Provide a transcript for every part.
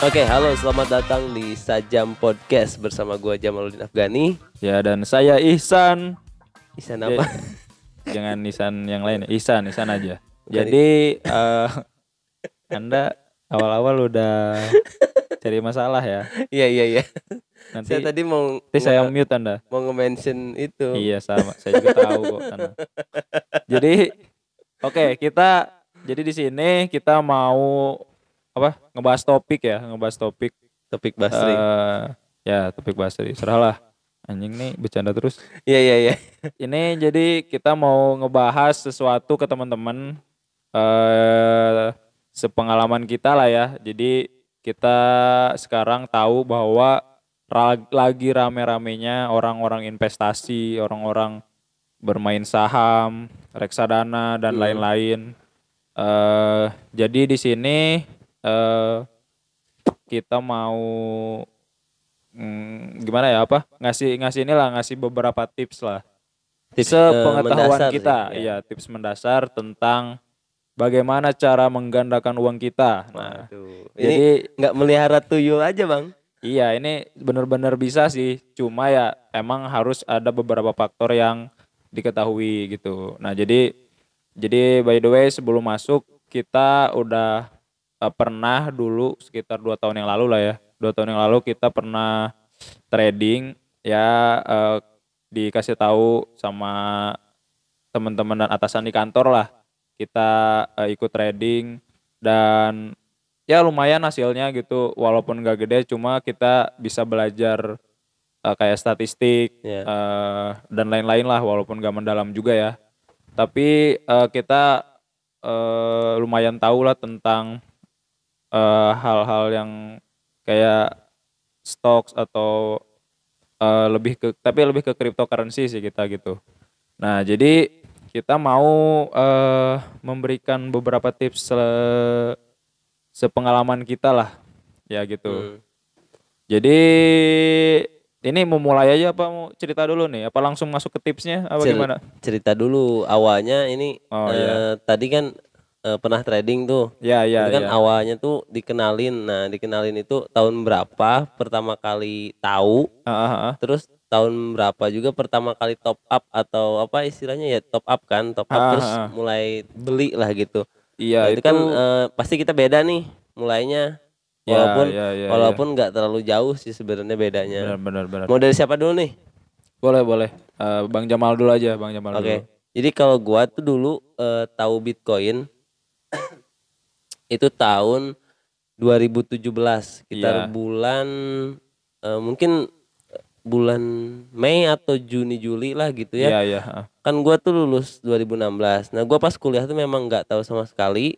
Oke, halo, selamat datang di Sajam Podcast bersama gua Jamaluddin Afgani. Ya, dan saya Ihsan. Ihsan apa? Jangan Ihsan yang lain, Ihsan aja. Bukan Jadi Anda awal-awal udah cari masalah ya. Iya. Nanti Saya tadi mau saya mute Anda. mau nge-mention itu. Iya, sama. Saya juga tahu kok karena. Jadi oke, kita jadi di sini kita mau ngebahas topik. Topik Basri. Ya, topik Basri. Serahlah. Anjing nih bercanda terus. Iya. Ini jadi kita mau ngebahas sesuatu ke teman-teman, sepengalaman kita lah ya. Jadi kita sekarang tahu bahwa lagi rame-ramenya orang-orang investasi, orang-orang bermain saham, reksadana dan lain-lain. Jadi di sini kita mau gimana ya, ngasih beberapa tips lah, sepengetahuan kita, ya. Tips mendasar tentang bagaimana cara menggandakan uang kita. Nah, jadi nggak melihara tuyul aja bang. Iya, ini benar-benar bisa sih, cuma ya emang harus ada beberapa faktor yang diketahui gitu. Nah, jadi by the way sebelum masuk kita udah pernah dulu sekitar 2 tahun yang lalu lah ya. 2 tahun yang lalu kita pernah trading ya, dikasih tahu sama teman-teman dan atasan di kantor lah. Kita ikut trading dan ya lumayan hasilnya gitu, walaupun gak gede, cuma kita bisa belajar kayak statistik dan lain-lain lah, walaupun gak mendalam juga ya. Tapi kita lumayan tahu lah tentang hal-hal yang kayak stocks atau lebih ke cryptocurrency sih kita gitu. Nah, jadi kita mau memberikan beberapa tips sepengalaman kita lah ya gitu. Jadi ini mau mulai aja apa mau cerita dulu nih? Apa langsung masuk ke tipsnya apa gimana? Cerita dulu awalnya ini. Tadi kan pernah trading tuh. Itu kan awalnya tuh dikenalin. Nah, dikenalin itu tahun berapa pertama kali tahu. Terus tahun berapa juga pertama kali top up atau apa istilahnya ya, top up kan, terus mulai beli lah gitu. Iya, nah, itu kan pasti kita beda nih mulainya. Walaupun nggak terlalu jauh sih sebenarnya bedanya. Benar. Mau dari siapa dulu nih? Boleh. Bang Jamal dulu aja, Bang Jamal dulu. Jadi kalau gua tuh dulu tahu Bitcoin itu tahun 2017 sekitar bulan mungkin bulan Mei atau Juni-Juli lah gitu ya. Iya. Kan gua tuh lulus 2016. Nah, gua pas kuliah tuh memang nggak tahu sama sekali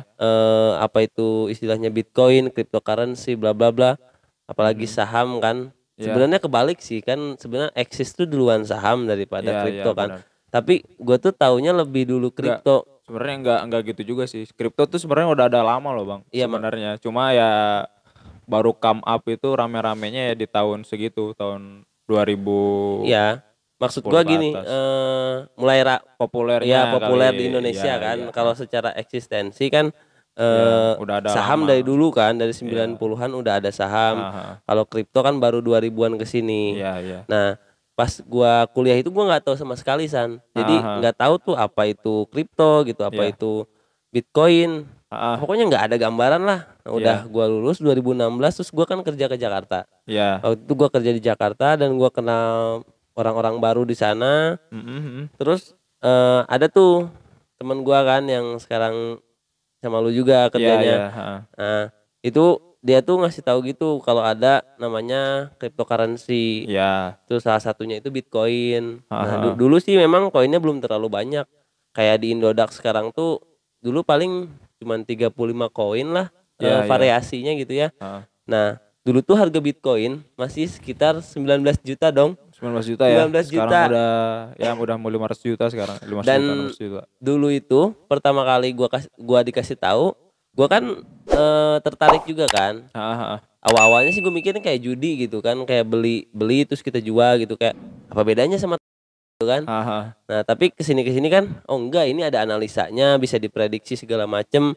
apa itu istilahnya Bitcoin, cryptocurrency, bla bla bla. Apalagi saham kan. Sebenarnya kebalik sih, kan sebenarnya eksis tuh duluan saham daripada kripto kan. Benar. Tapi gue tuh taunya lebih dulu kripto. Sebenarnya enggak gitu juga sih. Kripto tuh sebenarnya udah ada lama loh bang. Iya, sebenarnya. Cuma ya baru come up itu rame-ramenya ya di tahun segitu, tahun 2000. Iya. Maksud gue gini, mulai populer di Indonesia kan. Kalau secara eksistensi kan udah ada saham lama. dari dulu kan, dari 90-an udah ada saham. Kalau kripto kan baru 2000-an kesini. Iya. Nah, pas gua kuliah itu gua nggak tahu sama sekali San. Jadi nggak tahu tuh apa itu kripto gitu, apa itu Bitcoin. Pokoknya nggak ada gambaran lah. Nah, udah gua lulus 2016 terus gua kan kerja ke Jakarta. Waktu itu gua kerja di Jakarta dan gua kenal orang-orang baru di sana. Terus ada tuh teman gua kan yang sekarang sama lu juga kerjanya. Nah, itu dia tuh ngasih tahu gitu kalau ada namanya cryptocurrency. Terus salah satunya itu Bitcoin. Nah, dulu sih memang koinnya belum terlalu banyak. Kayak di Indodax sekarang tuh dulu paling cuman 35 koin lah variasinya gitu ya. Nah, dulu tuh harga Bitcoin masih sekitar 19 juta dong. 19 juta ya. 19 juta. Sekarang udah mau 500 juta sekarang. 500 Dan juta, 600 juta. Dulu itu pertama kali gua dikasih tahu, gua kan tertarik juga kan. Awal-awalnya sih gue mikirnya kayak judi gitu kan, kayak beli terus kita jual gitu, kayak apa bedanya sama itu kan. Nah, tapi kesini kan oh enggak, ini ada analisanya, bisa diprediksi segala macem.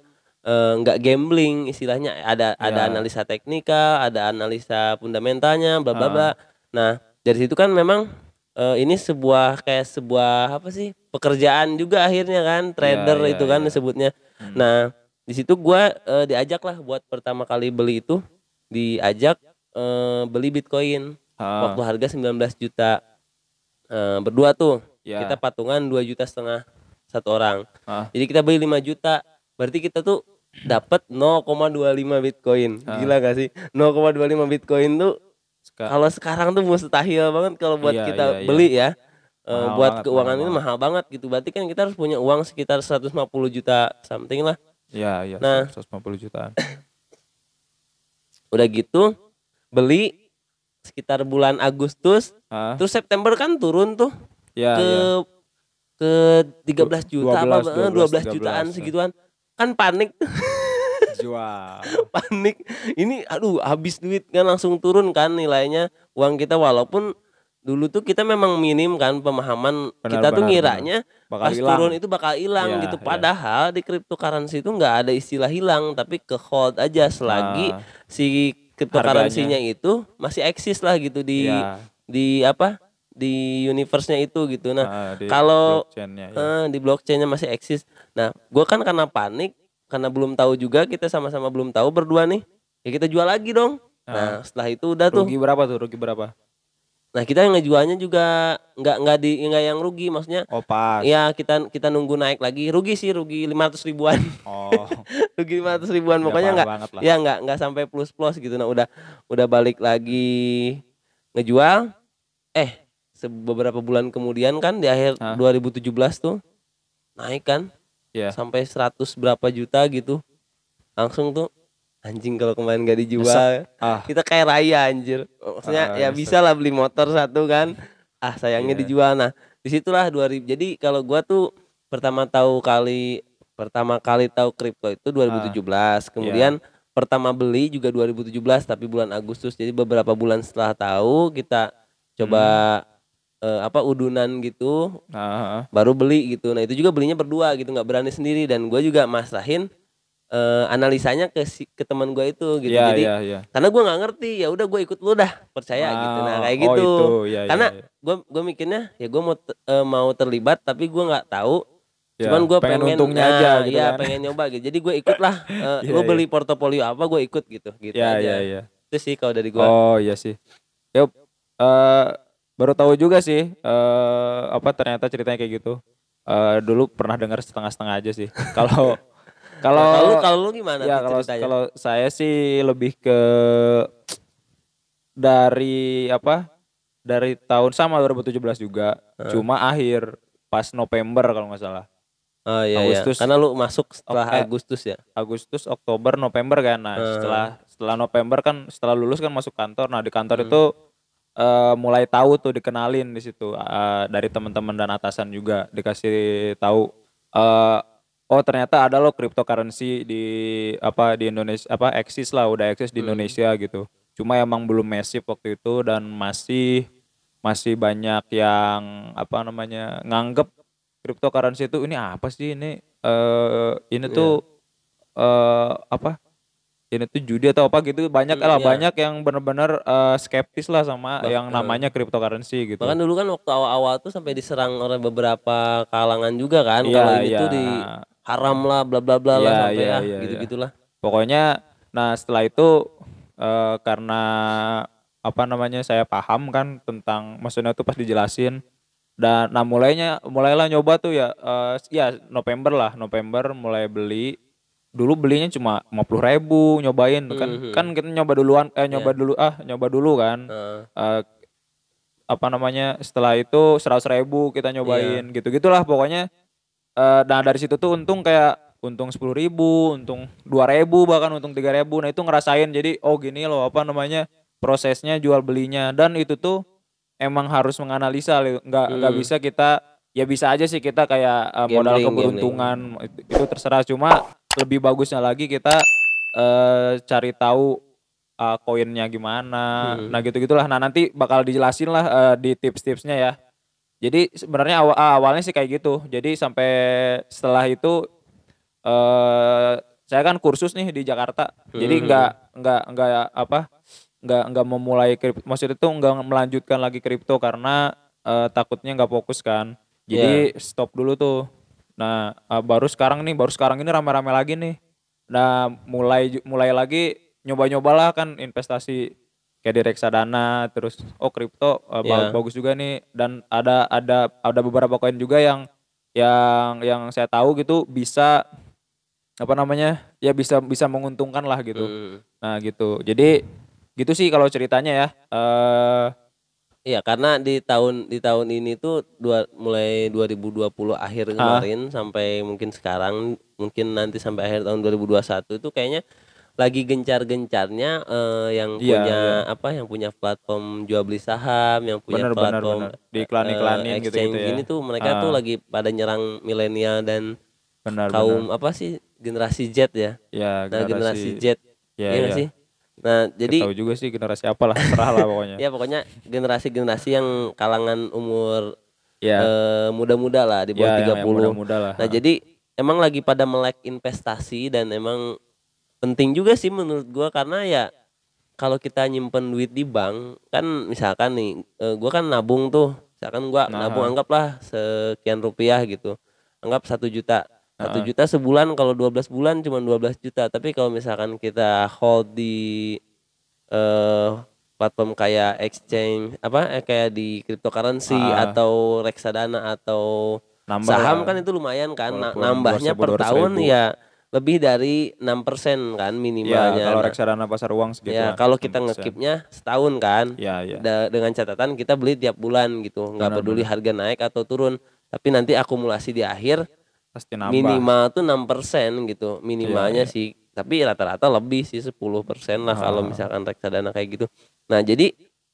nggak gambling istilahnya, ada analisa teknikal, ada analisa fundamentalnya, bla bla bla. Nah dari situ kan memang ini sebuah apa sih, pekerjaan juga akhirnya kan, trader itu kan disebutnya. Nah di situ gua diajak lah buat pertama kali beli itu, diajak beli Bitcoin waktu harga 19 juta, berdua tuh kita patungan 2,5 juta satu orang. Jadi kita beli 5 juta, berarti kita tuh dapat 0,25 Bitcoin. Gila gak sih? 0,25 Bitcoin tuh kalau sekarang tuh mustahil banget kalau buat kita beli ya. Buat keuangan ini mahal banget gitu. Berarti kan kita harus punya uang sekitar 150 juta something lah. Iya, nah, 150 jutaan. Udah gitu beli sekitar bulan Agustus, terus September kan turun tuh ke 13 juta 12 jutaan segituan. Kan panik. Jual. Panik. Ini aduh habis duit kan, langsung turun kan nilainya uang kita, walaupun dulu tuh kita memang minim kan pemahaman, kita tuh ngiranya pas turun itu bakal hilang gitu. Padahal di cryptocurrency itu nggak ada istilah hilang, tapi ke hold aja selagi si cryptocurrency-nya itu masih eksis lah gitu di universe-nya itu gitu. Nah, kalau di blockchain-nya masih eksis. Nah, gue kan karena panik, karena belum tahu juga, kita sama-sama belum tahu berdua nih. Ya kita jual lagi dong. Nah, setelah itu udah tuh. Rugi berapa? Nah, kita yang ngejualnya juga nggak yang rugi, maksudnya. Oh, pas. Ya, kita nunggu naik lagi. Rugi 500 ribuan. Oh. Rugi 500 ribuan, pokoknya nggak sampai plus gitu. Nah, udah balik lagi ngejual. Beberapa bulan kemudian kan di akhir 2017 tuh naik kan, sampai 100 berapa juta gitu, langsung tuh anjing kalau kemarin gak dijual. Kita kayak raya anjir, maksudnya bisa lah beli motor satu kan, sayangnya dijual. Nah disitulah 2000. Jadi kalau gua tuh pertama kali tahu kripto itu 2017, kemudian pertama beli juga 2017 tapi bulan Agustus. Jadi beberapa bulan setelah tahu kita coba udunan gitu, baru beli gitu. Nah itu juga belinya berdua gitu, nggak berani sendiri, dan gue juga masrahin analisanya ke teman gue itu gitu. Jadi karena gue nggak ngerti, ya udah gue ikut lu dah, percaya gitu. Nah kayak gitu. Karena gue mikirnya ya gue mau terlibat, tapi gue nggak tahu. Cuman gue pengen untungnya aja gitu kan. pengen nyoba gitu. Jadi gue ikut lah. Lu beli portofolio apa, gue ikut gitu aja. Itu sih kalau dari gue. Oh iya sih. Yuk. Baru tahu juga sih ternyata ceritanya kayak gitu. Dulu pernah dengar setengah-setengah aja sih. Kalau lu gimana ceritanya? Kalau saya sih lebih ke dari tahun sama 2017 juga. Cuma akhir pas November kalau nggak salah. Oh iya, Agustus. Karena lu masuk setelah Agustus ya. Agustus, Oktober, November kan. Nah, setelah November kan, setelah lulus kan masuk kantor. Nah, di kantor itu mulai tahu tuh, dikenalin di situ dari teman-teman dan atasan juga, dikasih tahu oh ternyata ada loh cryptocurrency di Indonesia, eksis lah, udah eksis di Indonesia gitu. Cuma emang belum massive waktu itu, dan masih banyak yang nganggep cryptocurrency itu ini apa sih, ini tuh ini tuh judi atau apa gitu. Banyak yang benar-benar skeptis lah sama yang namanya cryptocurrency gitu. Bahkan dulu kan waktu awal-awal tuh sampai diserang oleh beberapa kalangan juga kan, kalau ini tuh di haram lah, bla bla bla lah, sampai gitu-gitulah. Pokoknya nah setelah itu karena saya paham kan tentang, maksudnya tuh pas dijelasin, dan nah mulailah nyoba tuh November mulai beli. Dulu belinya cuma 50.000 nyobain kan kita nyoba dulu kan. Setelah itu 100.000 kita nyobain, gitu-gitulah pokoknya. Nah dari situ tuh untung 10.000, untung 2.000, bahkan untung 3.000. Nah itu ngerasain, jadi gini loh prosesnya jual belinya. Dan itu tuh emang harus menganalisa, nggak bisa kita, ya bisa aja sih kita kayak modal keberuntungan, itu terserah. Cuma lebih bagusnya lagi kita cari tahu koinnya gimana. Nah gitu-gitulah. Nah nanti bakal dijelasin lah di tips-tipsnya ya. Jadi sebenarnya awalnya sih kayak gitu. Jadi sampai setelah itu saya kan kursus nih di Jakarta. Jadi nggak memulai kripto, maksudnya itu nggak melanjutkan lagi kripto karena takutnya nggak fokus kan. Jadi stop dulu tuh. Nah, baru sekarang ini rame-rame lagi nih. Nah, mulai lagi nyoba-nyobalah kan investasi kayak di reksadana, terus kripto bagus juga nih, dan ada beberapa koin juga yang saya tahu gitu bisa apa namanya? Ya bisa menguntungkan lah gitu. Nah, gitu. Jadi gitu sih kalau ceritanya ya. Iya, karena di tahun ini tuh mulai 2020 akhir kemarin sampai mungkin sekarang, mungkin nanti sampai akhir tahun 2021 itu kayaknya lagi gencar-gencarnya yang punya yang punya platform jual beli saham, yang punya platform diiklan-iklanin exchange gitu ya. Ini tuh mereka tuh lagi pada nyerang milenial dan kaum apa sih, generasi Z ya. Nah, generasi Z. Iya enggak sih? Nah, jadi tahu juga sih generasi apa lah, serah lah pokoknya. Ya pokoknya generasi yang kalangan umur muda-muda lah, di bawah 30. Yang muda lah. Nah, jadi emang lagi pada melek investasi, dan emang penting juga sih menurut gua, karena ya kalau kita nyimpen duit di bank kan, misalkan nih gua kan nabung tuh, misalkan gua nabung anggaplah sekian rupiah gitu. Anggap 1 juta. 1 juta sebulan, kalau 12 bulan cuma 12 juta. Tapi kalau misalkan kita hold di platform kayak exchange kayak di cryptocurrency atau reksadana atau saham kan, itu lumayan kan, nambahnya per tahun ya lebih dari 6% kan minimalnya. Kalau reksadana pasar uang segitu. Ya, kalau kita ngekipnya setahun kan. Dengan catatan kita beli tiap bulan gitu, nggak peduli harga naik atau turun, tapi nanti akumulasi di akhir pasti nambah. Minimal tuh 6% gitu minimalnya sih, tapi rata-rata lebih sih 10% lah kalau misalkan reksadana kayak gitu. Nah, jadi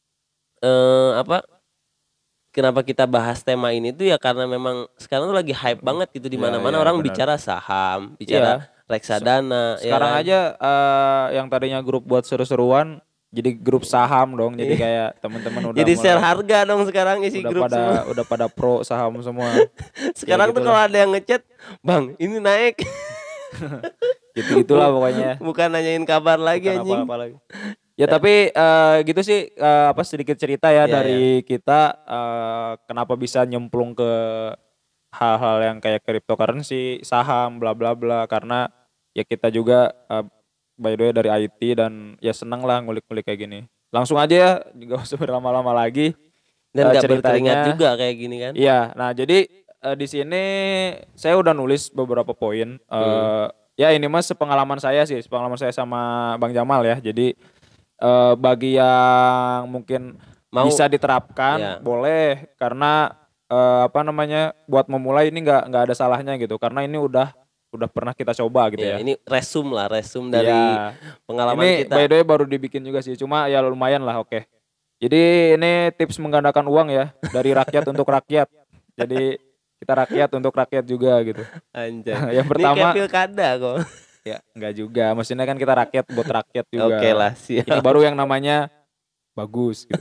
kenapa kita bahas tema ini tuh ya karena memang sekarang tuh lagi hype banget gitu, di mana-mana orang bicara saham, bicara reksadana. Sekarang aja yang tadinya grup buat seru-seruan jadi grup saham dong. Jadi kayak teman-teman udah jadi share harga dong sekarang isi grup semua. Udah pada pro saham semua. Sekarang tuh kalau ada yang ngechat, "Bang, ini naik." Gitu-gitulah pokoknya. Bukan nanyain kabar lagi anjing. Apa-apa lagi. Ya tapi gitu sih sedikit cerita dari kita kenapa bisa nyemplung ke hal-hal yang kayak cryptocurrency, saham, bla bla bla, karena ya kita juga by the way dari IT, dan ya seneng lah ngulik-ngulik kayak gini. Langsung aja ya, gak usah berlama-lama lagi. Dan gak berkeringat juga kayak gini kan. Iya, nah jadi di sini saya udah nulis beberapa poin. Ya ini mas sepengalaman saya sama Bang Jamal ya. Jadi bagi yang mungkin bisa diterapkan boleh, karena buat memulai ini nggak ada salahnya gitu, karena ini udah pernah kita coba gitu ya. Ini resume dari pengalaman ini kita. By the way baru dibikin juga sih, cuma ya lumayan lah. Oke. Jadi ini tips menggandakan uang ya, dari rakyat untuk rakyat. Jadi kita rakyat untuk rakyat juga gitu. Anjay. Yang pertama, ini kayak pilkada kok. Ya enggak juga, maksudnya kan kita rakyat buat rakyat juga. Oke lah, siap. Ini baru yang namanya bagus gitu.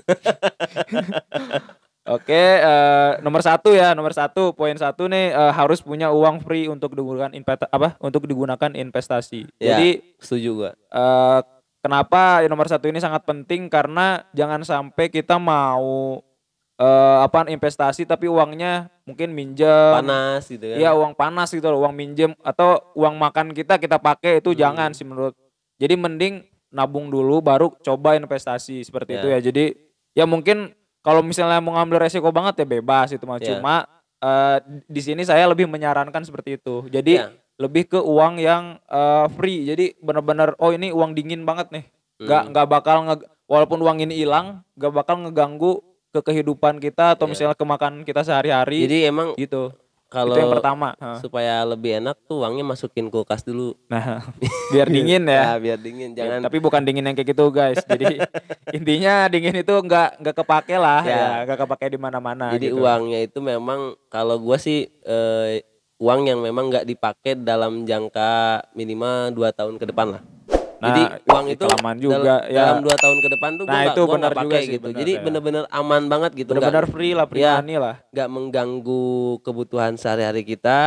Oke, nomor satu poin 1 nih, harus punya uang free untuk digunakan investasi. Ya, jadi setuju gua. Kenapa nomor 1 ini sangat penting, karena jangan sampai kita mau investasi tapi uangnya mungkin minjem panas gitu kan. Iya, uang panas gitu loh, uang minjem atau uang makan kita pakai, itu jangan sih menurut. Jadi mending nabung dulu baru coba investasi seperti itu ya. Jadi ya mungkin kalau misalnya mau ngambil resiko banget ya bebas itu mah. Cuma di sini saya lebih menyarankan seperti itu. Jadi lebih ke uang yang free. Jadi benar-benar ini uang dingin banget nih. Nggak bakal walaupun uang ini hilang, nggak bakal ngeganggu ke kehidupan kita atau misalnya ke makan kita sehari-hari. Jadi emang gitu. Kalau itu yang pertama. Supaya lebih enak tuh uangnya masukin kulkas dulu. Nah, biar dingin ya. Nah, biar dingin, jangan. Tapi bukan dingin yang kayak gitu guys. Jadi intinya dingin itu nggak kepake lah ya, nggak kepake di mana-mana. Jadi gitu. Uangnya itu memang kalau gua sih uang yang memang nggak dipakai dalam jangka minimal 2 tahun ke depan lah. Nah, jadi uang itu juga, dalam 2 tahun ke depan tuh gua nggak pakai gitu. Jadi benar-benar aman banget gitu. Benar-benar free lah, pribadi lah. Nggak mengganggu kebutuhan sehari-hari kita,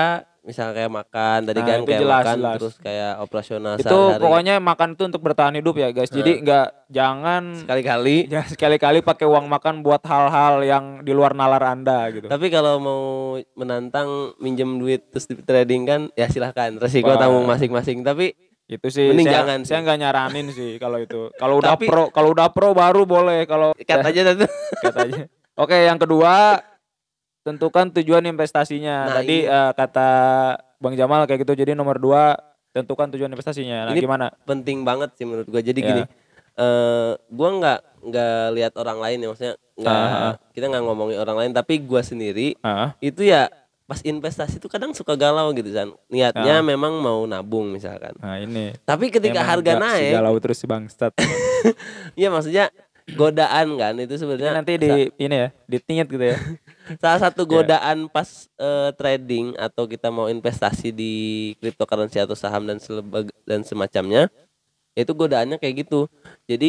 misalnya kayak makan tadi kan kayak jelas, makan jelas. terus kayak operasional itu sehari-hari. Pokoknya makan itu untuk bertahan hidup ya guys. Jadi jangan sekali-kali pakai uang makan buat hal-hal yang di luar nalar Anda gitu. Tapi kalau mau menantang minjem duit terus di trading kan ya silahkan, resiko tanggung masing-masing. Tapi itu sih saya nggak nyaranin sih kalau itu. Kalau udah pro baru boleh. Kalau cut aja tuh. Cut aja. Oke, yang kedua tentukan tujuan investasinya. Tadi kata Bang Jamal kayak gitu. Jadi nomor 2 tentukan tujuan investasinya. Nah, ini gimana? Penting banget sih menurut gua. Jadi gini, gua nggak lihat orang lain ya, maksudnya kita nggak ngomongin orang lain, tapi gua sendiri itu ya pas investasi itu kadang suka galau gitu kan. Niatnya memang mau nabung misalkan. Nah, ini. Tapi ketika harga naik, galau terus si bangsat. Iya maksudnya godaan kan itu sebenarnya nanti ditingit gitu ya. Salah satu godaan pas trading atau kita mau investasi di cryptocurrency atau saham dan semacamnya, itu godaannya kayak gitu. Jadi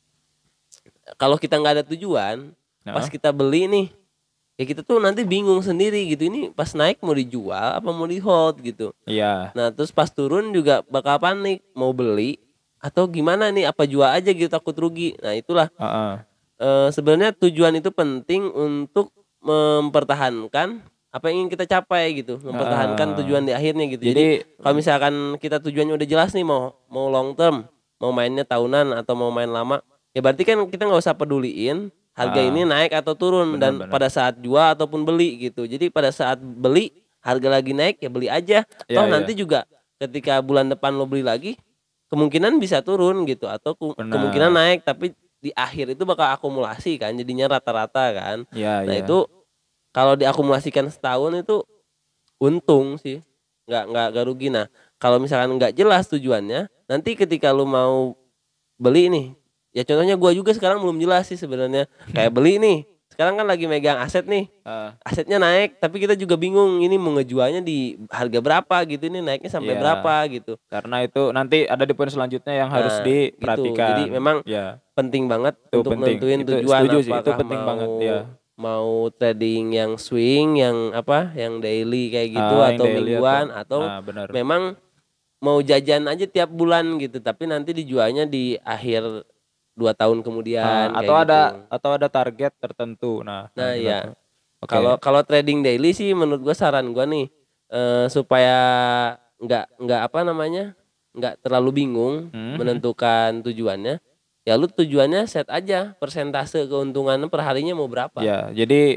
kalau kita nggak ada tujuan, pas kita beli nih, ya kita tuh nanti bingung sendiri gitu. Ini pas naik mau dijual apa mau di hold gitu. Iya. Nah terus pas turun juga bakal panik mau beli atau gimana nih, apa jual aja gitu takut rugi. Nah itulah sebenarnya tujuan itu penting untuk mempertahankan apa yang ingin kita capai gitu, mempertahankan tujuan di akhirnya gitu. Jadi kalau misalkan kita tujuannya udah jelas nih, mau long term, mau mainnya tahunan atau mau main lama, ya berarti kan kita nggak usah peduliin harga ini naik atau turun. Bener. Pada saat jual ataupun beli gitu. Jadi pada saat beli harga lagi naik ya beli aja. Nanti juga ketika bulan depan lo beli lagi, kemungkinan bisa turun gitu atau kemungkinan naik, tapi di akhir itu bakal akumulasi kan, jadinya rata-rata kan. Itu kalau diakumulasikan setahun itu untung sih, nggak rugi. Nah kalau misalkan nggak jelas tujuannya, nanti ketika lu mau beli nih, ya contohnya gua juga sekarang belum jelas sih sebenarnya. Kayak beli nih, sekarang kan lagi megang aset nih, asetnya naik, tapi kita juga bingung ini mau ngejualnya di harga berapa gitu, ini naiknya sampai berapa gitu. Karena itu nanti ada di poin selanjutnya yang harus diperhatikan. Jadi memang penting banget untuk nentuin tujuan. Apakah itu penting banget mau trading yang swing, yang yang daily kayak gitu atau mingguan atau memang mau jajan aja tiap bulan gitu, tapi nanti dijualnya di akhir 2 tahun kemudian atau ada target tertentu. Nah ya. Kalau trading daily sih menurut gua, saran gua nih supaya nggak terlalu bingung menentukan tujuannya. Ya lu tujuannya set aja persentase keuntungannya per harinya mau berapa. Ya, jadi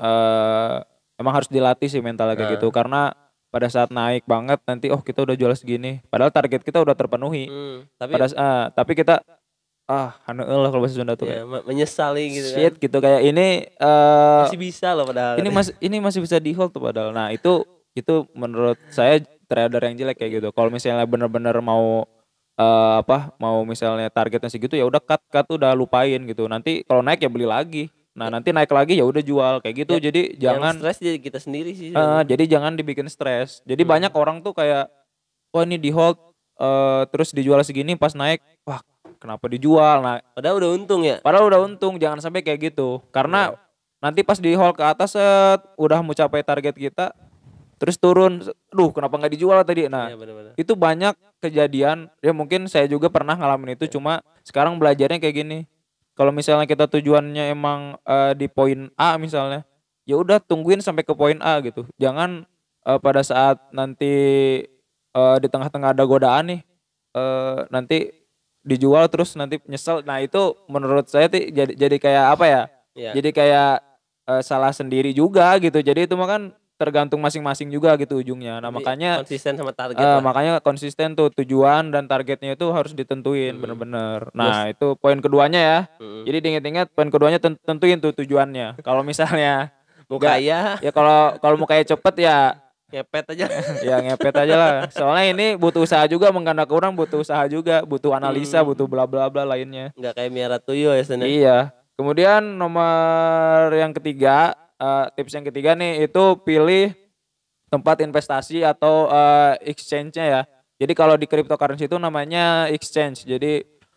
emang harus dilatih sih mentalnya kayak gitu, karena pada saat naik banget nanti kita udah jual segini, padahal target kita udah terpenuhi. Tapi kita haneul lah kalau bahasa Sunda tuh ya, menyesali gitu shit, kan. Gitu kayak ini masih bisa loh padahal. Ini masih bisa di hold tuh padahal. Nah, itu menurut saya trader yang jelek kayak gitu. Kalau misalnya benar-benar mau mau misalnya targetnya segitu, ya udah cut udah lupain gitu. Nanti kalau naik ya beli lagi. Nah, nanti naik lagi ya udah jual kayak gitu. Jadi jangan stres, jadi kita sendiri sih. Jadi jangan dibikin stres. Jadi banyak orang tuh kayak wah ini di hold terus dijual segini, pas naik wah kenapa dijual. Nah, padahal udah untung ya. Padahal udah untung, jangan sampai kayak gitu. Karena nanti pas di hold ke atas udah mau capai target kita, terus turun, kenapa nggak dijual tadi? Nah, bener. Itu banyak kejadian. Ya mungkin saya juga pernah ngalamin itu. Cuma sekarang belajarnya kayak gini. Kalau misalnya kita tujuannya emang di poin A misalnya, ya udah tungguin sampai ke poin A gitu. Jangan pada saat nanti di tengah-tengah ada godaan nih, nanti dijual terus nanti nyesel. Nah, itu menurut saya jadi kayak apa ya? Jadi kayak salah sendiri juga gitu. Jadi itu mah kan tergantung masing-masing juga gitu ujungnya. Nah, makanya konsisten sama target makanya konsisten tuh tujuan dan targetnya itu harus ditentuin bener-bener. Nah, itu poin keduanya ya. Jadi diingat-ingat poin keduanya tentuin tuh tujuannya. Kalau misalnya mau kaya, ya kalau mau kaya cepet ya ngepet aja. Ya ngepet aja lah. Soalnya ini butuh usaha juga, mengganda orang butuh usaha juga, butuh analisa, butuh bla bla bla lainnya. Nggak kayak miara tuyul ya sebenarnya. Iya. Kemudian nomor yang ketiga, tips yang ketiga nih, itu pilih tempat investasi atau exchange-nya ya. Jadi kalau di cryptocurrency itu namanya exchange. Jadi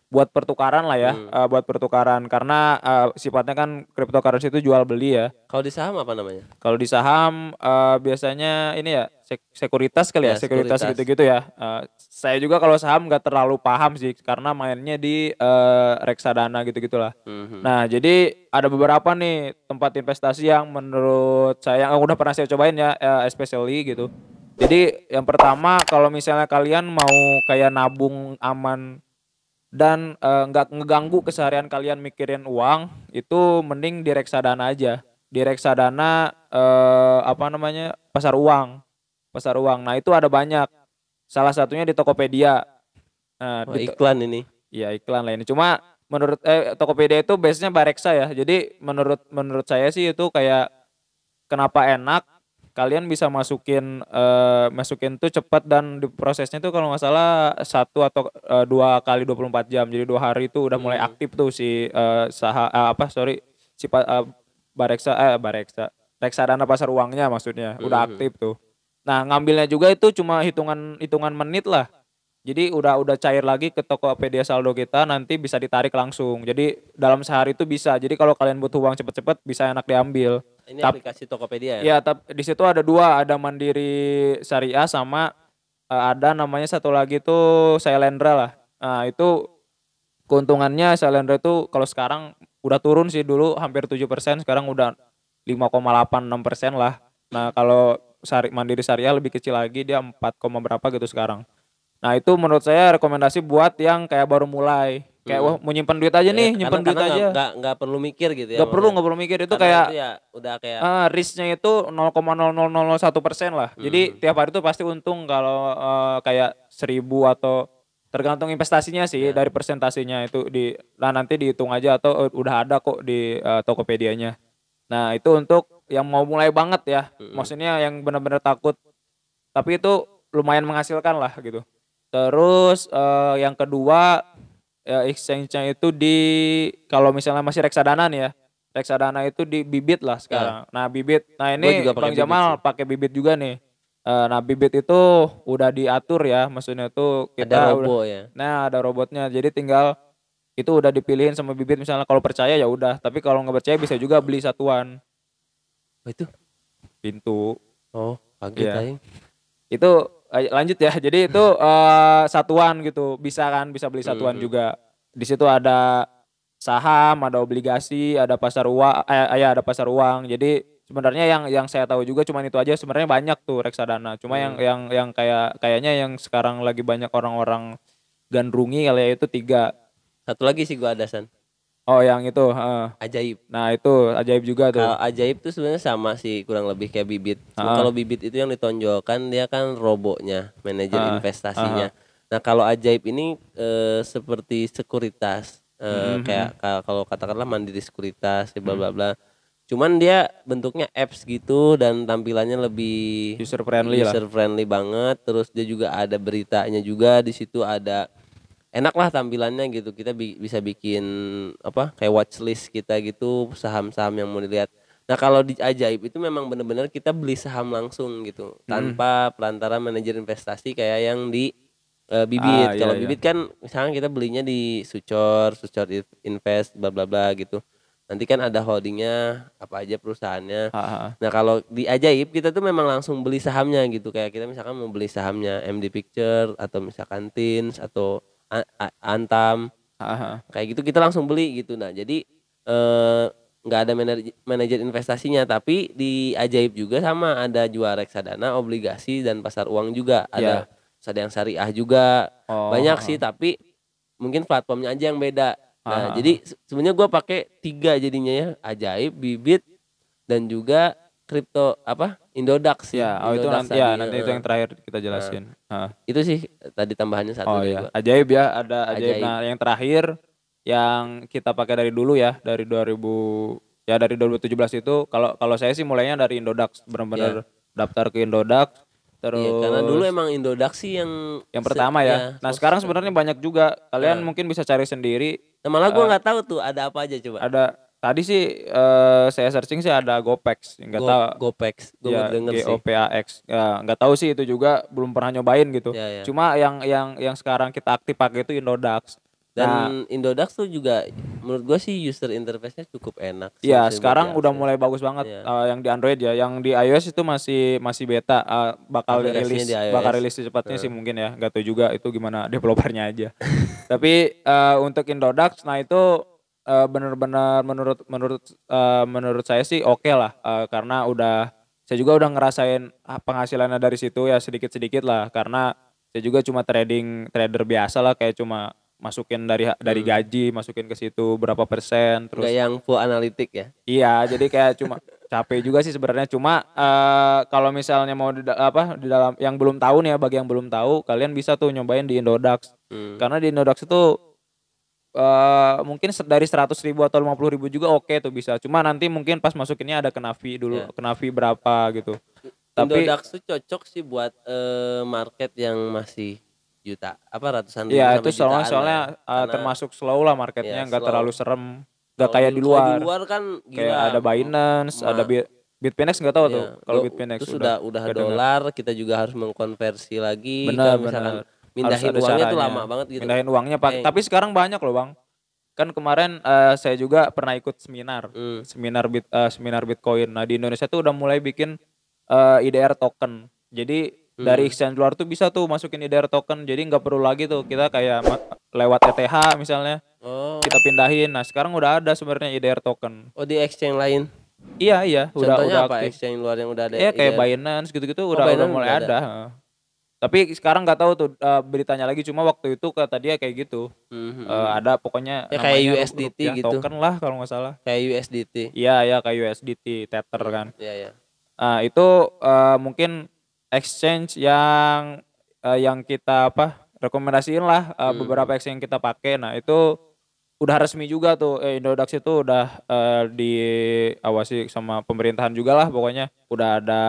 buat pertukaran lah ya, buat pertukaran karena sifatnya kan cryptocurrency itu jual beli ya. Kalau di saham apa namanya? Kalau di saham biasanya ini ya sekuritas kali ya, sekuritas gitu-gitu ya. Saya juga kalau saham nggak terlalu paham sih karena mainnya di reksadana gitu-gitulah. Nah, jadi ada beberapa nih tempat investasi yang menurut saya yang udah pernah saya cobain ya, especially gitu. Jadi yang pertama kalau misalnya kalian mau kayak nabung aman dan nggak ngeganggu keseharian kalian mikirin uang, itu mending di reksadana aja. Di reksadana pasar uang. Pasar uang. Nah, itu ada banyak. Salah satunya di Tokopedia. Nah, iklan ini. Iya, iklan lah ini. Cuma menurut Tokopedia itu base-nya Bareksa ya. Jadi menurut saya sih itu kayak kenapa enak, kalian bisa masukin tuh cepat dan prosesnya tuh kalau nggak salah 1 atau 2 kali 24 jam. Jadi 2 hari itu udah mulai aktif tuh si reksadana pasar uangnya maksudnya udah aktif tuh. Nah, ngambilnya juga itu cuma hitungan menit lah. Jadi udah cair lagi ke Tokopedia saldo kita, nanti bisa ditarik langsung. Jadi dalam sehari itu bisa. Jadi kalau kalian butuh uang cepet-cepet bisa enak diambil. Ini aplikasi Tokopedia ya? Iya, tapi di situ ada 2, ada Mandiri Syariah sama ada namanya satu lagi tuh Sailendra lah. Nah, itu keuntungannya Sailendra itu kalau sekarang udah turun sih, dulu hampir 7%, sekarang udah 5,86% lah. Nah, kalau Mandiri Syariah lebih kecil lagi, dia 4, berapa gitu sekarang. Nah, itu menurut saya rekomendasi buat yang kayak baru mulai. Kayak wah mau nyimpen duit aja nih, nyimpen duit aja. Nggak perlu mikir gitu ya. Nggak perlu mikir itu kayak itu ya udah kayak risknya itu 0,0001% lah. Jadi tiap hari itu pasti untung kalau kayak 1.000 atau tergantung investasinya sih dari persentasenya itu nanti dihitung aja atau udah ada kok di Tokopedia-nya. Nah, itu untuk yang mau mulai banget ya. Maksudnya yang benar-benar takut. Tapi itu lumayan menghasilkan lah gitu. Terus yang kedua exchange-nya itu kalau misalnya masih reksadana nih ya. Reksadana itu di Bibit lah sekarang. Nah, Bibit. Nah, ini Bang Jamal pakai Bibit juga nih. Nah, Bibit itu udah diatur ya, maksudnya tuh kita ya. Nah, ada robotnya. Jadi tinggal itu udah dipilihin sama Bibit, misalnya kalau percaya ya udah, tapi kalau nggak percaya bisa juga beli satuan. Itu pintu. Oh, kaget aja. Itu lanjut ya. Jadi itu satuan gitu, bisa beli satuan juga. Di situ ada saham, ada obligasi, ada pasar uang, ada pasar uang. Jadi sebenarnya yang saya tahu juga cuma itu aja. Sebenarnya banyak tuh reksadana. Cuma yang kayaknya yang sekarang lagi banyak orang-orang gandrungi kali ya itu 3. Satu lagi sih gua ada, San. Oh, yang itu Ajaib. Nah, itu Ajaib juga tuh. Kalau Ajaib tuh sebenarnya sama sih, kurang lebih kayak Bibit. Kalau Bibit itu yang ditonjolkan dia kan robotnya, manajer investasinya. Nah, kalau Ajaib ini seperti sekuritas. Kayak kalau katakanlah Mandiri Sekuritas bla bla bla. Cuman dia bentuknya apps gitu dan tampilannya lebih user friendly banget. Terus dia juga ada beritanya juga, di situ ada enak lah tampilannya gitu. Kita bisa bikin kayak watchlist kita gitu, saham-saham yang mau dilihat. Nah, kalau di Ajaib itu memang benar-benar kita beli saham langsung gitu, tanpa perantara manajer investasi kayak yang di Bibit. Kalau Bibit kan misalnya kita belinya di Sucor Invest bla bla bla gitu. Nanti kan ada holdingnya apa aja perusahaannya. Nah, kalau di Ajaib kita tuh memang langsung beli sahamnya gitu. Kayak kita misalkan mau beli sahamnya MD Picture atau misalkan Tins atau Antam. Kayak gitu kita langsung beli gitu. Nah, jadi nggak ada manajer investasinya, tapi di Ajaib juga sama, ada jual reksadana, obligasi dan pasar uang juga. Ada yang syariah juga. Banyak sih, tapi mungkin platformnya aja yang beda. Nah, jadi sebenarnya gue pakai 3 jadinya ya, Ajaib, Bibit dan juga kripto Indodax ya. Indodax itu nanti itu yang terakhir kita jelasin. Itu sih tadi tambahannya 1 dari gua. Ajaib ya, ada Ajaib. Nah, yang terakhir yang kita pakai dari dulu ya, dari 2017 itu kalau saya sih mulainya dari Indodax, benar-benar daftar ke Indodax. Terus karena dulu emang Indodax sih yang pertama ya. Nah, sekarang sebenarnya banyak juga. Kalian mungkin bisa cari sendiri. Nah, malah gue nggak tahu tuh ada apa aja coba. Ada tadi sih saya searching sih ada GoPax, nggak tahu. GoPax, gue denger sih. GOPAX. Ya, nggak tahu sih itu juga, belum pernah nyobain gitu. Cuma yang sekarang kita aktif pakai itu Indodax. Dan Indodax tuh juga menurut gua sih user interface-nya cukup enak. Iya, sekarang udah mulai bagus banget yang di Android ya. Yang di iOS itu masih beta, bakal rilis secepatnya sih mungkin ya. Gak tahu juga itu gimana developernya aja. Tapi untuk Indodax, nah itu benar-benar menurut saya sih oke lah, karena saya juga udah ngerasain penghasilannya dari situ ya sedikit-sedikit lah, karena saya juga cuma trader biasa lah, kayak cuma masukin dari gaji, masukin ke situ berapa persen, terus nggak yang full analitik ya. Iya, jadi kayak cuma capek juga sih sebenarnya. Cuma kalau misalnya mau di dalam yang belum tahu nih ya, bagi yang belum tahu, kalian bisa tuh nyobain di Indodax. Karena di Indodax itu mungkin dari 100.000 atau 50.000 juga oke tuh bisa. Cuma nanti mungkin pas masukinnya ada kenavi dulu, kenavi berapa gitu. Tapi Indodax tuh cocok sih buat market yang masih ratusan ribu sampai jutaan. Soalnya termasuk slow lah marketnya, nggak terlalu serem, nggak kayak di luar. Di luar kan gila. Kayak ada Binance, ada Bitfinex nggak tahu tuh. Kalau Bitfinex itu udah dolar, kita juga harus mengkonversi lagi. Benar. Misalkan mindahin uangnya tuh lama banget gitu. Mindahin uangnya tapi sekarang banyak loh bang. Kan kemarin saya juga pernah ikut seminar Bitcoin. Nah di Indonesia tuh udah mulai bikin IDR token. Jadi dari exchange luar tuh bisa tuh masukin IDR token, jadi nggak perlu lagi tuh kita kayak lewat ETH misalnya kita pindahin. Nah sekarang udah ada sebenarnya IDR token. Oh di exchange lain? Iya Contohnya udah apa aktif. Exchange luar yang udah ada? Iya kayak Binance gitu-gitu udah mulai ada. Tapi sekarang nggak tahu tuh beritanya lagi, cuma waktu itu kata dia kayak gitu. Ada pokoknya ya kayak USDT gitu. Token lah kalau nggak salah. Kayak USDT. Iya kayak USDT Tether kan. Iya. Itu mungkin exchange yang kita rekomendasiin lah, beberapa exchange yang kita pakai. Nah itu udah resmi juga tuh, Indodax itu udah diawasi sama pemerintahan juga lah, pokoknya udah ada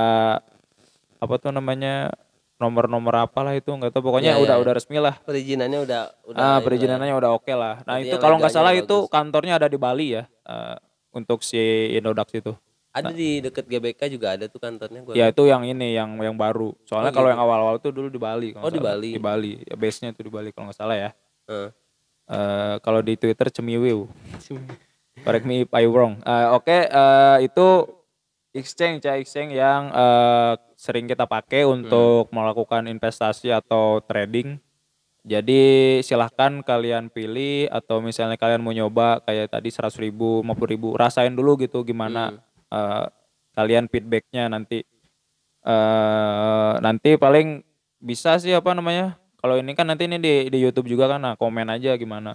nomor apalah itu nggak tahu, pokoknya udah resmi lah. Perizinannya udah perizinannya udah oke lah. Nah itu kalau nggak salah itu kantornya ada di Bali ya, untuk si Indodax itu. Ada di deket GBK juga ada tuh kantornya. Ya itu yang ini yang baru. Soalnya kalau yang awal-awal tuh dulu di Bali. Di Bali. Di Bali. Ya, base-nya itu di Bali kalau nggak salah ya. Kalau di Twitter Cemiwiu. Correct me if I wrong. Itu exchange yang sering kita pakai untuk melakukan investasi atau trading. Jadi silahkan kalian pilih, atau misalnya kalian mau nyoba kayak tadi 100.000, 50.000, rasain dulu gitu gimana. Kalian feedbacknya nanti paling bisa sih kalau ini kan nanti ini di YouTube juga kan, komen aja gimana.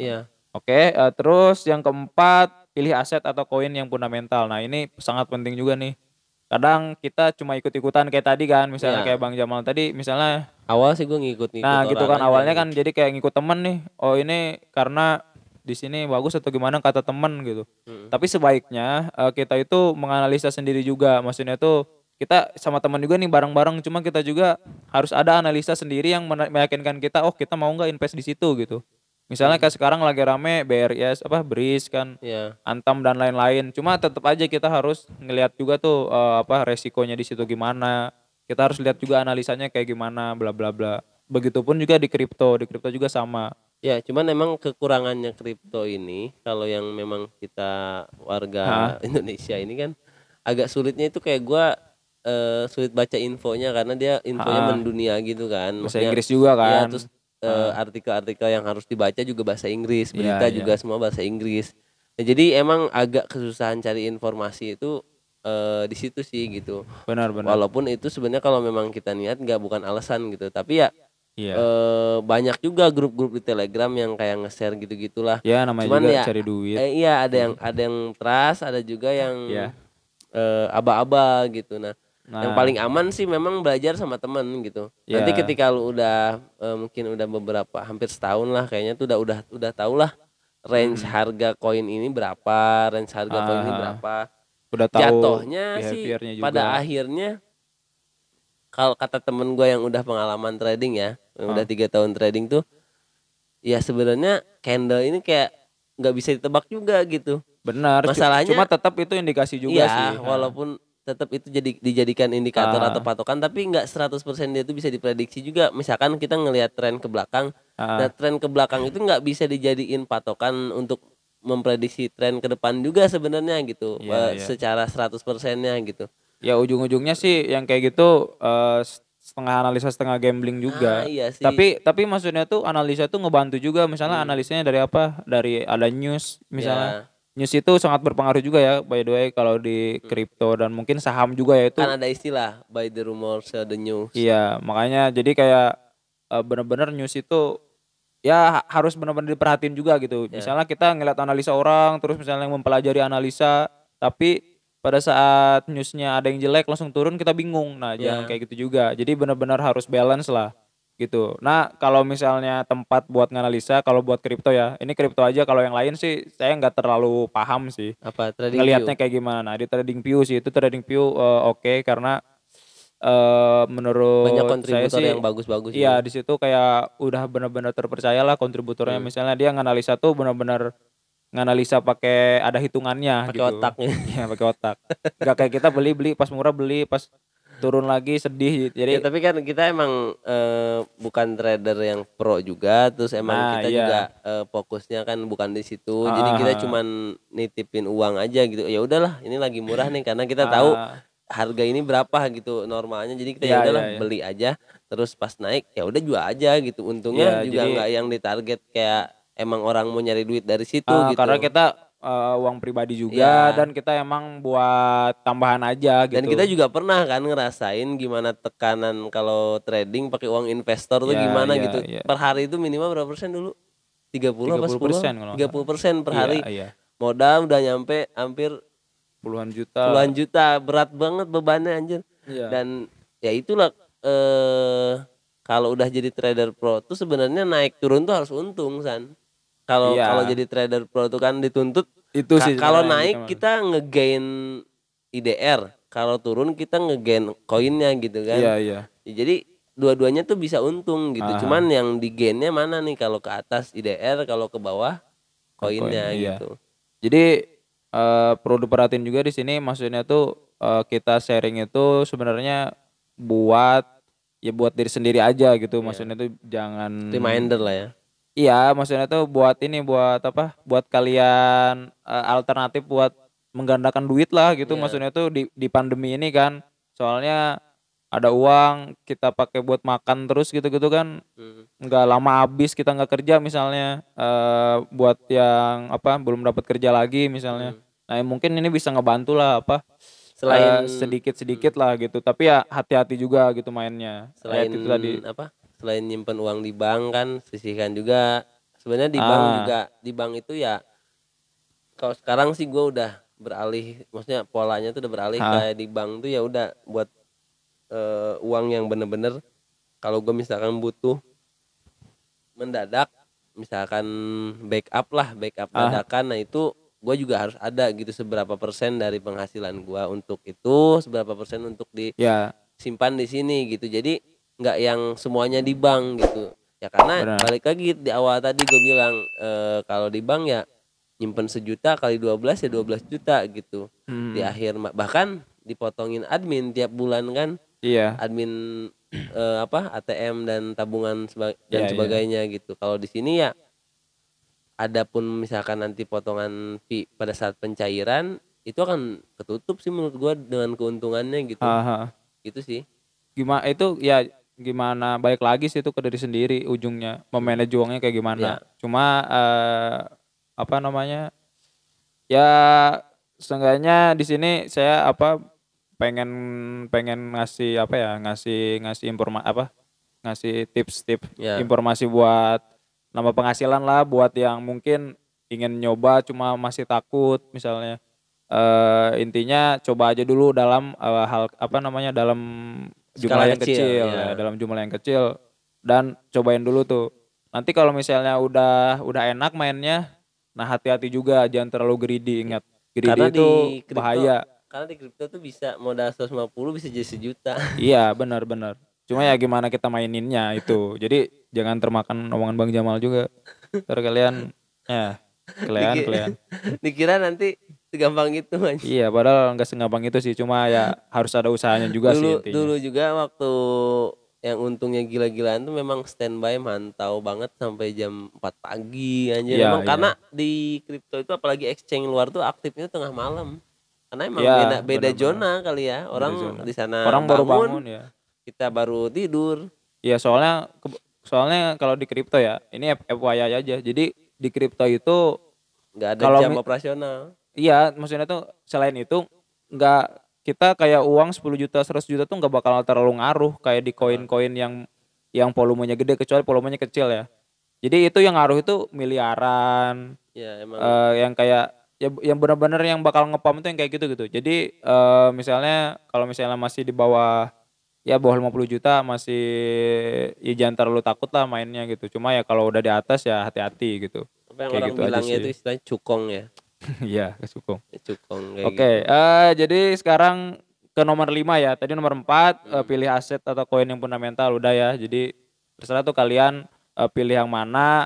Terus yang keempat, pilih aset atau koin yang fundamental. Nah ini sangat penting juga nih. Kadang kita cuma ikut-ikutan kayak tadi kan, misalnya kayak Bang Jamal tadi misalnya. Awal sih gue ngikut. Nah gitu kan awalnya kan, jadi kayak ngikut temen nih. Oh ini karena di sini bagus atau gimana kata temen gitu. Tapi sebaiknya kita itu menganalisa sendiri juga. Maksudnya tuh kita sama teman juga nih bareng-bareng, cuma kita juga harus ada analisa sendiri yang meyakinkan kita, kita mau nggak invest di situ gitu. Misalnya kayak sekarang lagi rame BRIS, BRIS kan, Antam dan lain-lain. Cuma tetap aja kita harus ngelihat juga tuh resikonya di situ gimana. Kita harus lihat juga analisanya kayak gimana, bla bla bla. Begitupun juga di kripto juga sama. Ya, cuman memang kekurangannya kripto ini, kalau yang memang kita warga Indonesia ini kan agak sulitnya itu kayak gua sulit baca infonya, karena dia infonya mendunia gitu kan. Bahasa Inggris juga kan. Ya, terus artikel-artikel yang harus dibaca juga bahasa Inggris, berita juga semua bahasa Inggris. Nah, jadi emang agak kesusahan cari informasi itu di situ sih gitu. Benar. Walaupun itu sebenarnya kalau memang kita niat bukan alasan gitu, tapi ya banyak juga grup-grup di Telegram yang kayak nge-share gitu-gitulah. Ya namanya cuman juga cari duit. Ada yang trust, ada juga yang aba-aba gitu. Nah, yang paling aman sih memang belajar sama temen gitu. Nanti ketika lu udah mungkin udah hampir setahun lah kayaknya tuh udah tau lah range harga koin ini berapa, range harga koin ini berapa. Udah tahu jatuhnya sih juga. Pada akhirnya kalau kata temen gue yang udah pengalaman trading ya, yang udah 3 tahun trading tuh, ya sebenarnya candle ini kayak nggak bisa ditebak juga gitu. Benar. Masalahnya cuma tetap itu indikasi juga sih. Walaupun tetap itu dijadikan indikator atau patokan, tapi nggak 100% dia itu bisa diprediksi juga. Misalkan kita ngelihat tren ke belakang, Nah tren ke belakang itu nggak bisa dijadiin patokan untuk memprediksi tren ke depan juga sebenarnya gitu, secara 100%-nya gitu. Ya ujung-ujungnya sih yang kayak gitu setengah analisa setengah gambling juga. Iya sih. Tapi maksudnya tuh analisa tuh ngebantu juga, misalnya analisanya dari apa? Dari ada news misalnya. News itu sangat berpengaruh juga ya by the way kalau di kripto dan mungkin saham juga ya itu. Kan ada istilah by the rumors sell the news. Iya, makanya jadi kayak benar-benar news itu ya harus benar-benar diperhatiin juga gitu. Misalnya kita ngeliat analisa orang terus misalnya mempelajari analisa tapi pada saat newsnya ada yang jelek langsung turun kita bingung. Nah jangan kayak gitu juga. Jadi benar-benar harus balance lah gitu. Nah kalau misalnya tempat buat nganalisa, kalau buat kripto ya, ini kripto aja. Kalau yang lain sih saya nggak terlalu paham sih. Apa trading ngelihatnya kayak gimana. Nah, di TradingView sih itu TradingView oke, karena menurut banyak kontributor saya sih yang bagus-bagus. Iya di situ kayak udah benar-benar terpercaya lah kontributornya. Misalnya dia nganalisa tuh benar-benar nganalisa pakai ada hitungannya pakai gitu. otaknya. Iya pakai otak. Gak kayak kita beli pas murah beli pas turun lagi sedih. Jadi tapi kan kita emang bukan trader yang pro juga, terus emang kita juga fokusnya kan bukan di situ. Jadi kita cuman nitipin uang aja gitu. Ya udahlah, ini lagi murah nih karena kita tahu harga ini berapa gitu normalnya. Jadi kita ya udahlah beli aja. Terus pas naik ya udah jual aja gitu. Untungnya juga nggak yang ditarget kayak emang orang mau nyari duit dari situ gitu. Karena kita uang pribadi juga dan kita emang buat tambahan aja gitu. Dan kita juga pernah kan ngerasain gimana tekanan kalau trading pakai uang investor tuh gimana gitu. Per hari itu minimal berapa persen dulu? 30 apa 10? 30% per hari. Modal udah nyampe hampir puluhan juta, berat banget bebannya anjir. Dan ya itulah kalau udah jadi trader pro tuh sebenarnya naik turun tuh harus untung San. Kalau jadi trader pro tuh kan dituntut itu sih. Kalau naik kita ngegain IDR, kalau turun kita ngegain koinnya gitu kan. Iya. Jadi dua-duanya tuh bisa untung gitu. Cuman yang di gainnya mana nih, kalau ke atas IDR, kalau ke bawah koinnya gitu. Jadi perlu diperhatiin juga di sini, maksudnya tuh kita sharing itu sebenarnya buat diri sendiri aja gitu. Maksudnya tuh jangan reminder lah ya. Iya, maksudnya tuh buat apa? Buat kalian alternatif buat menggandakan duit lah gitu. Maksudnya tuh di pandemi ini kan, soalnya ada uang kita pakai buat makan terus gitu-gitu kan, nggak lama habis kita nggak kerja misalnya, buat yang apa belum dapat kerja lagi misalnya. Nah mungkin ini bisa ngebantu lah apa? Selain sedikit-sedikit lah gitu. Tapi ya hati-hati juga gitu mainnya. Selain itu tadi apa? Selain nyimpen uang di bank kan sisihkan juga. Sebenarnya di bank juga, di bank itu ya kalau sekarang sih gue udah beralih, maksudnya polanya tuh udah beralih kayak di bank tuh ya udah buat uang yang bener-bener kalau gue misalkan butuh mendadak, misalkan backup dadakan. Nah itu gue juga harus ada gitu seberapa persen dari penghasilan gue untuk itu, seberapa persen untuk disimpan di sini gitu. Jadi nggak yang semuanya di bank gitu ya, karena balik lagi di awal tadi gue bilang kalau di bank ya nyimpen 1 juta kali 12 ya 12 juta gitu. Di akhir bahkan dipotongin admin tiap bulan kan. Admin ATM dan tabungan dan sebagainya gitu. Kalau di sini ya adapun misalkan nanti potongan fee pada saat pencairan itu akan ketutup sih menurut gue dengan keuntungannya gitu. Gitu sih. Gimana balik lagi sih itu ke diri sendiri ujungnya, memanage uangnya kayak gimana. Cuma apa namanya ya seenggaknya di sini saya pengen ngasih ngasih tips-tips informasi buat nambah penghasilan lah, buat yang mungkin ingin nyoba cuma masih takut misalnya. Intinya coba aja dulu dalam dalam jumlah yang kecil dalam jumlah yang kecil dan cobain dulu tuh. Nanti kalau misalnya udah enak mainnya, nah hati-hati juga jangan terlalu greedy. Ingat, greedy karena itu bahaya. Karena di kripto tuh bisa modal 150 bisa jadi 1 juta. Iya benar. Cuma ya gimana kita maininnya itu. Jadi jangan termakan omongan Bang Jamal juga. Ntar kalian kalian dikira nanti segampang itu aja. Iya padahal nggak segampang itu sih, cuma ya harus ada usahanya juga sih intinya. Dulu juga waktu yang untungnya gila-gilaan tuh memang standby mantau banget sampai jam 4 pagi anjir. Iya, Emang iya. karena di kripto itu apalagi exchange luar tuh aktifnya tengah malam. Karena emang Iya, beda benar-benar. zona kali ya. Beda Orang zona. di sana Orang baru bangun ya. kita baru tidur. Iya, soalnya kalau di kripto ya, ini FYI aja. Jadi di kripto itu Nggak ada kalau jam operasional. iya, maksudnya tuh selain itu nggak, kita kayak uang 10 juta 100 juta tuh nggak bakal terlalu ngaruh kayak di koin-koin yang volumenya gede, kecuali volumenya kecil ya. Jadi itu yang ngaruh itu miliaran. Ya emang. Yang kayak ya, yang benar-benar yang bakal ngepam itu yang kayak gitu. Jadi misalnya kalau misalnya masih di bawah, ya bawah 50 juta masih, ya jangan terlalu takut lah mainnya gitu. Cuma ya kalau udah di atas ya hati-hati gitu. Apa yang Kayak orang gitu aja bilangnya itu sih. istilahnya cukong ya. Iya, kesukung. Cukong kayak Oke, gitu. jadi sekarang ke nomor 5 ya. Tadi nomor 4 pilih aset atau koin yang fundamental udah ya. Jadi terserah tuh kalian pilih yang mana.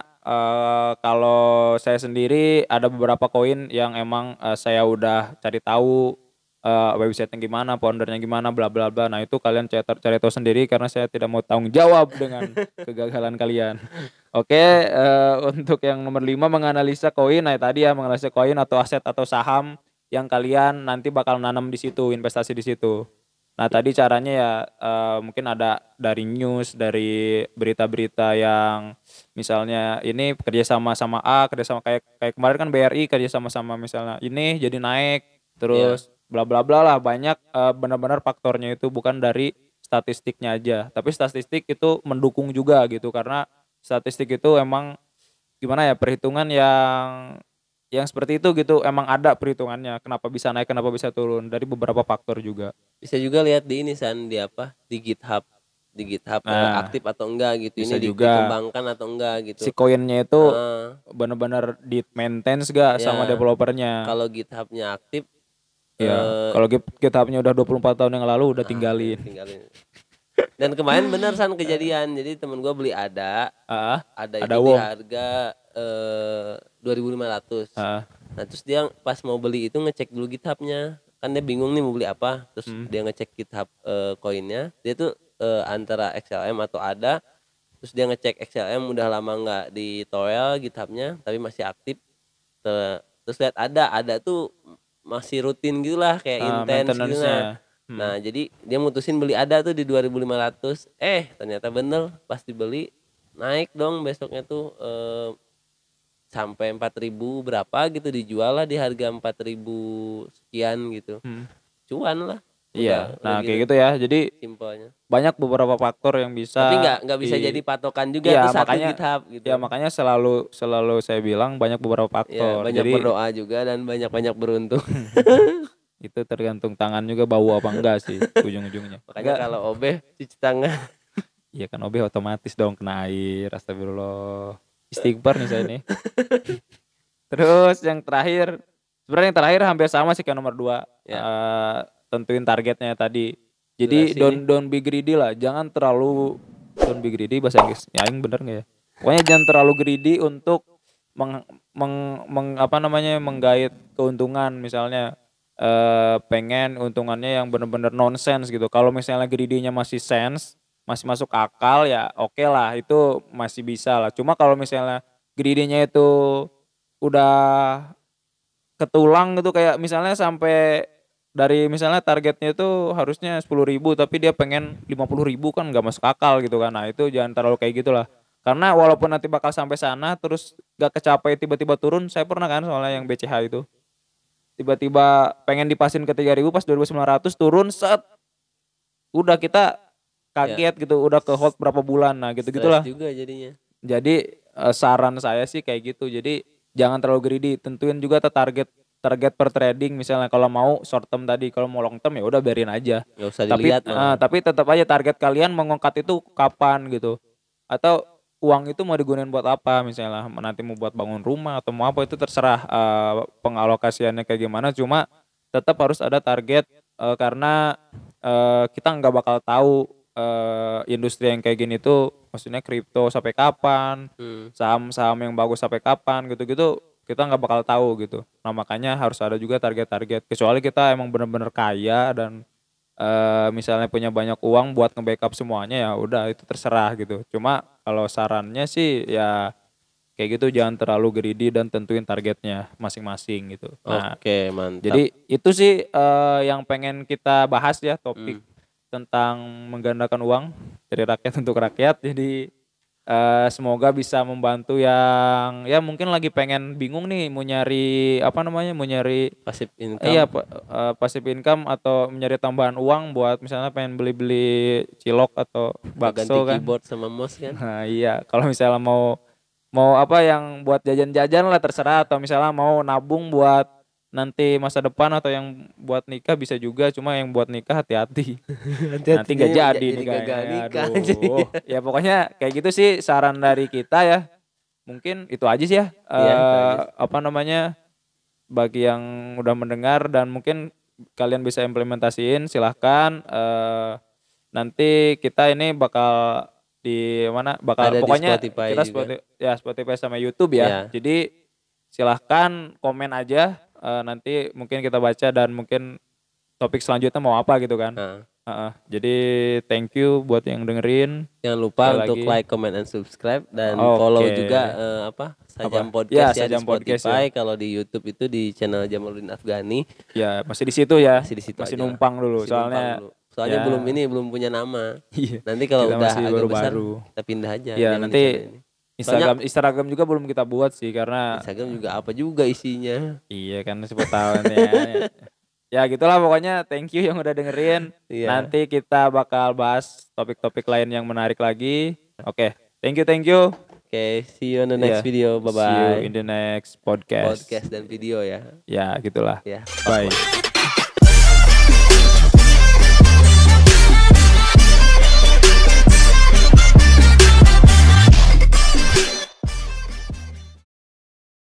Kalau saya sendiri ada beberapa koin yang emang saya udah cari tahu website-nya gimana, foundernya gimana, bla bla bla. Nah, itu kalian cari tahu sendiri karena saya tidak mau tanggung jawab dengan kegagalan kalian. Oke, untuk yang nomor 5 menganalisa koin. Nah, tadi ya menganalisa koin atau aset atau saham yang kalian nanti bakal nanam di situ, investasi di situ. Nah, tadi caranya ya mungkin ada dari news, dari berita-berita yang misalnya ini kerja sama A, kerja sama kayak kemarin kan BRI kerja sama misalnya ini jadi naik, terus bla bla bla lah, banyak benar-benar faktornya itu bukan dari statistiknya aja, tapi statistik itu mendukung juga gitu, karena statistik itu emang gimana ya, perhitungan yang seperti itu gitu, emang ada perhitungannya kenapa bisa naik, kenapa bisa turun dari beberapa faktor juga. Bisa juga lihat di ini San, di apa, di GitHub Nah, aktif atau enggak gitu, bisa ini juga dikembangkan atau enggak gitu. si koinnya itu Heeh. benar-benar di maintenance gak sama Ya developernya. kalau GitHub-nya aktif, Ya, kalau GitHub-nya udah 24 tahun yang lalu udah ya tinggalin. tinggalin. Dan kemarin bener San kejadian, jadi temen gua beli ada Ada itu di Wong. harga 2.500. Nah terus dia pas mau beli itu ngecek dulu GitHub-nya, kan dia bingung nih mau beli apa, terus dia ngecek GitHub koinnya, dia tuh antara XLM atau ada, terus dia ngecek XLM udah lama nggak di toel GitHub-nya tapi masih aktif. Terus lihat ada tuh masih rutin gitulah kayak intens gitu. Maintenance-nya. Nah jadi dia mutusin beli ada tuh di 2.500. Ternyata bener pas dibeli naik dong besoknya tuh sampai 4.000 berapa gitu, dijual lah di harga 4.000 sekian gitu. Cuan lah. Iya, nah gitu, kayak gitu ya. Jadi simpelnya. banyak beberapa faktor yang bisa. Tapi nggak bisa jadi patokan juga Iya, tuh satu makanya GitHub gitu. ya makanya selalu saya bilang banyak beberapa Ya, faktor. banyak Jadi berdoa juga dan banyak beruntung. itu tergantung tangan juga bau apa enggak sih ujung-ujungnya. Makanya Enggak. kalau obeh cuci tangan. Iya kan, OB otomatis dong kena air. Astagfirullah. Istighfar nih saya nih. Terus yang terakhir, sebenarnya yang terakhir hampir sama sih kayak nomor 2. Ya. Tentuin targetnya tadi. Jadi don't be greedy lah. Jangan terlalu, don't be greedy bahasa Inggris. Ya yang bener enggak ya? Pokoknya jangan terlalu greedy untuk menggait keuntungan, misalnya pengen untungannya yang bener-bener nonsense gitu. Kalau misalnya greedy-nya masih sense, masih masuk akal ya oke lah, itu masih bisa lah. Cuma kalau misalnya greedy-nya itu udah ketulang gitu, kayak misalnya sampai dari misalnya targetnya itu harusnya 10.000 tapi dia pengen 50.000, kan nggak masuk akal gitu kan. Nah itu jangan terlalu kayak gitulah, karena walaupun nanti bakal sampai sana terus gak kecapai, tiba-tiba turun. Saya pernah kan soalnya yang BCH itu tiba-tiba pengen dipasin ke 3.000, pas 2.900 turun set, udah kita kaget gitu, udah ke hold berapa bulan. Nah gitu-gitulah juga jadinya. Jadi saran saya sih kayak gitu. Jadi jangan terlalu greedy, tentuin juga target per trading. Misalnya kalau mau short term tadi, kalau mau long term ya udah biarin aja. Nggak usah dilihat. Tapi tetap aja target kalian mengangkat itu kapan gitu. Atau uang itu mau digunain buat apa, misalnya nanti mau buat bangun rumah atau mau apa, itu terserah pengalokasiannya kayak gimana. Cuma tetap harus ada target karena kita nggak bakal tahu industri yang kayak gini tuh, maksudnya kripto sampai kapan, saham-saham yang bagus sampai kapan gitu-gitu, kita nggak bakal tahu gitu. Nah makanya harus ada juga target-target, kecuali kita emang bener-bener kaya dan misalnya punya banyak uang buat nge-backup semuanya, ya udah itu terserah gitu. Cuma kalau sarannya sih ya kayak gitu, jangan terlalu greedy dan tentuin targetnya masing-masing gitu. Nah, Oke, mantap. jadi itu sih yang pengen kita bahas ya, topik tentang menggandakan uang dari rakyat untuk rakyat. Jadi semoga bisa membantu yang ya mungkin lagi pengen bingung nih mau nyari mau nyari passive income. Iya, passive income atau mencari tambahan uang buat misalnya pengen beli-beli cilok atau bakso ganti kan. keyboard sama mouse kan. Nah, iya, kalau misalnya mau yang buat jajan-jajan lah terserah, atau misalnya mau nabung buat nanti masa depan atau yang buat nikah bisa juga, cuma yang buat nikah hati-hati. Nanti gak jadi nikahnya. Aduh. Ya pokoknya kayak gitu sih saran dari kita ya. Mungkin itu aja sih ya. Bagi yang udah mendengar dan mungkin kalian bisa implementasiin, silahkan. Nanti kita ini bakal di mana ada pokoknya di Spotify kita juga. Spotify sama YouTube ya. Jadi silahkan komen aja, nanti mungkin kita baca dan mungkin topik selanjutnya mau apa gitu kan. Jadi thank you buat yang dengerin. Jangan lupa untuk like, comment, and subscribe dan follow juga Sajam Podcast ya, di Spotify. Kalau di YouTube itu di channel Jamaluddin Afghani. Ya masih di situ ya. Masih aja. Numpang dulu soalnya belum punya nama. Iya. Nanti kalau udah agak besar kita pindah aja. Ya nanti Instagram juga belum kita buat sih, karena Instagram juga apa juga isinya. Iya kan, sepetahuan ya. Ya gitulah pokoknya, thank you yang udah dengerin. Nanti kita bakal bahas topik-topik lain yang menarik lagi. Oke, thank you. Oke, see you on the next video. Bye bye. See you in the next podcast. Podcast dan video ya. Ya gitulah. Ya. Bye.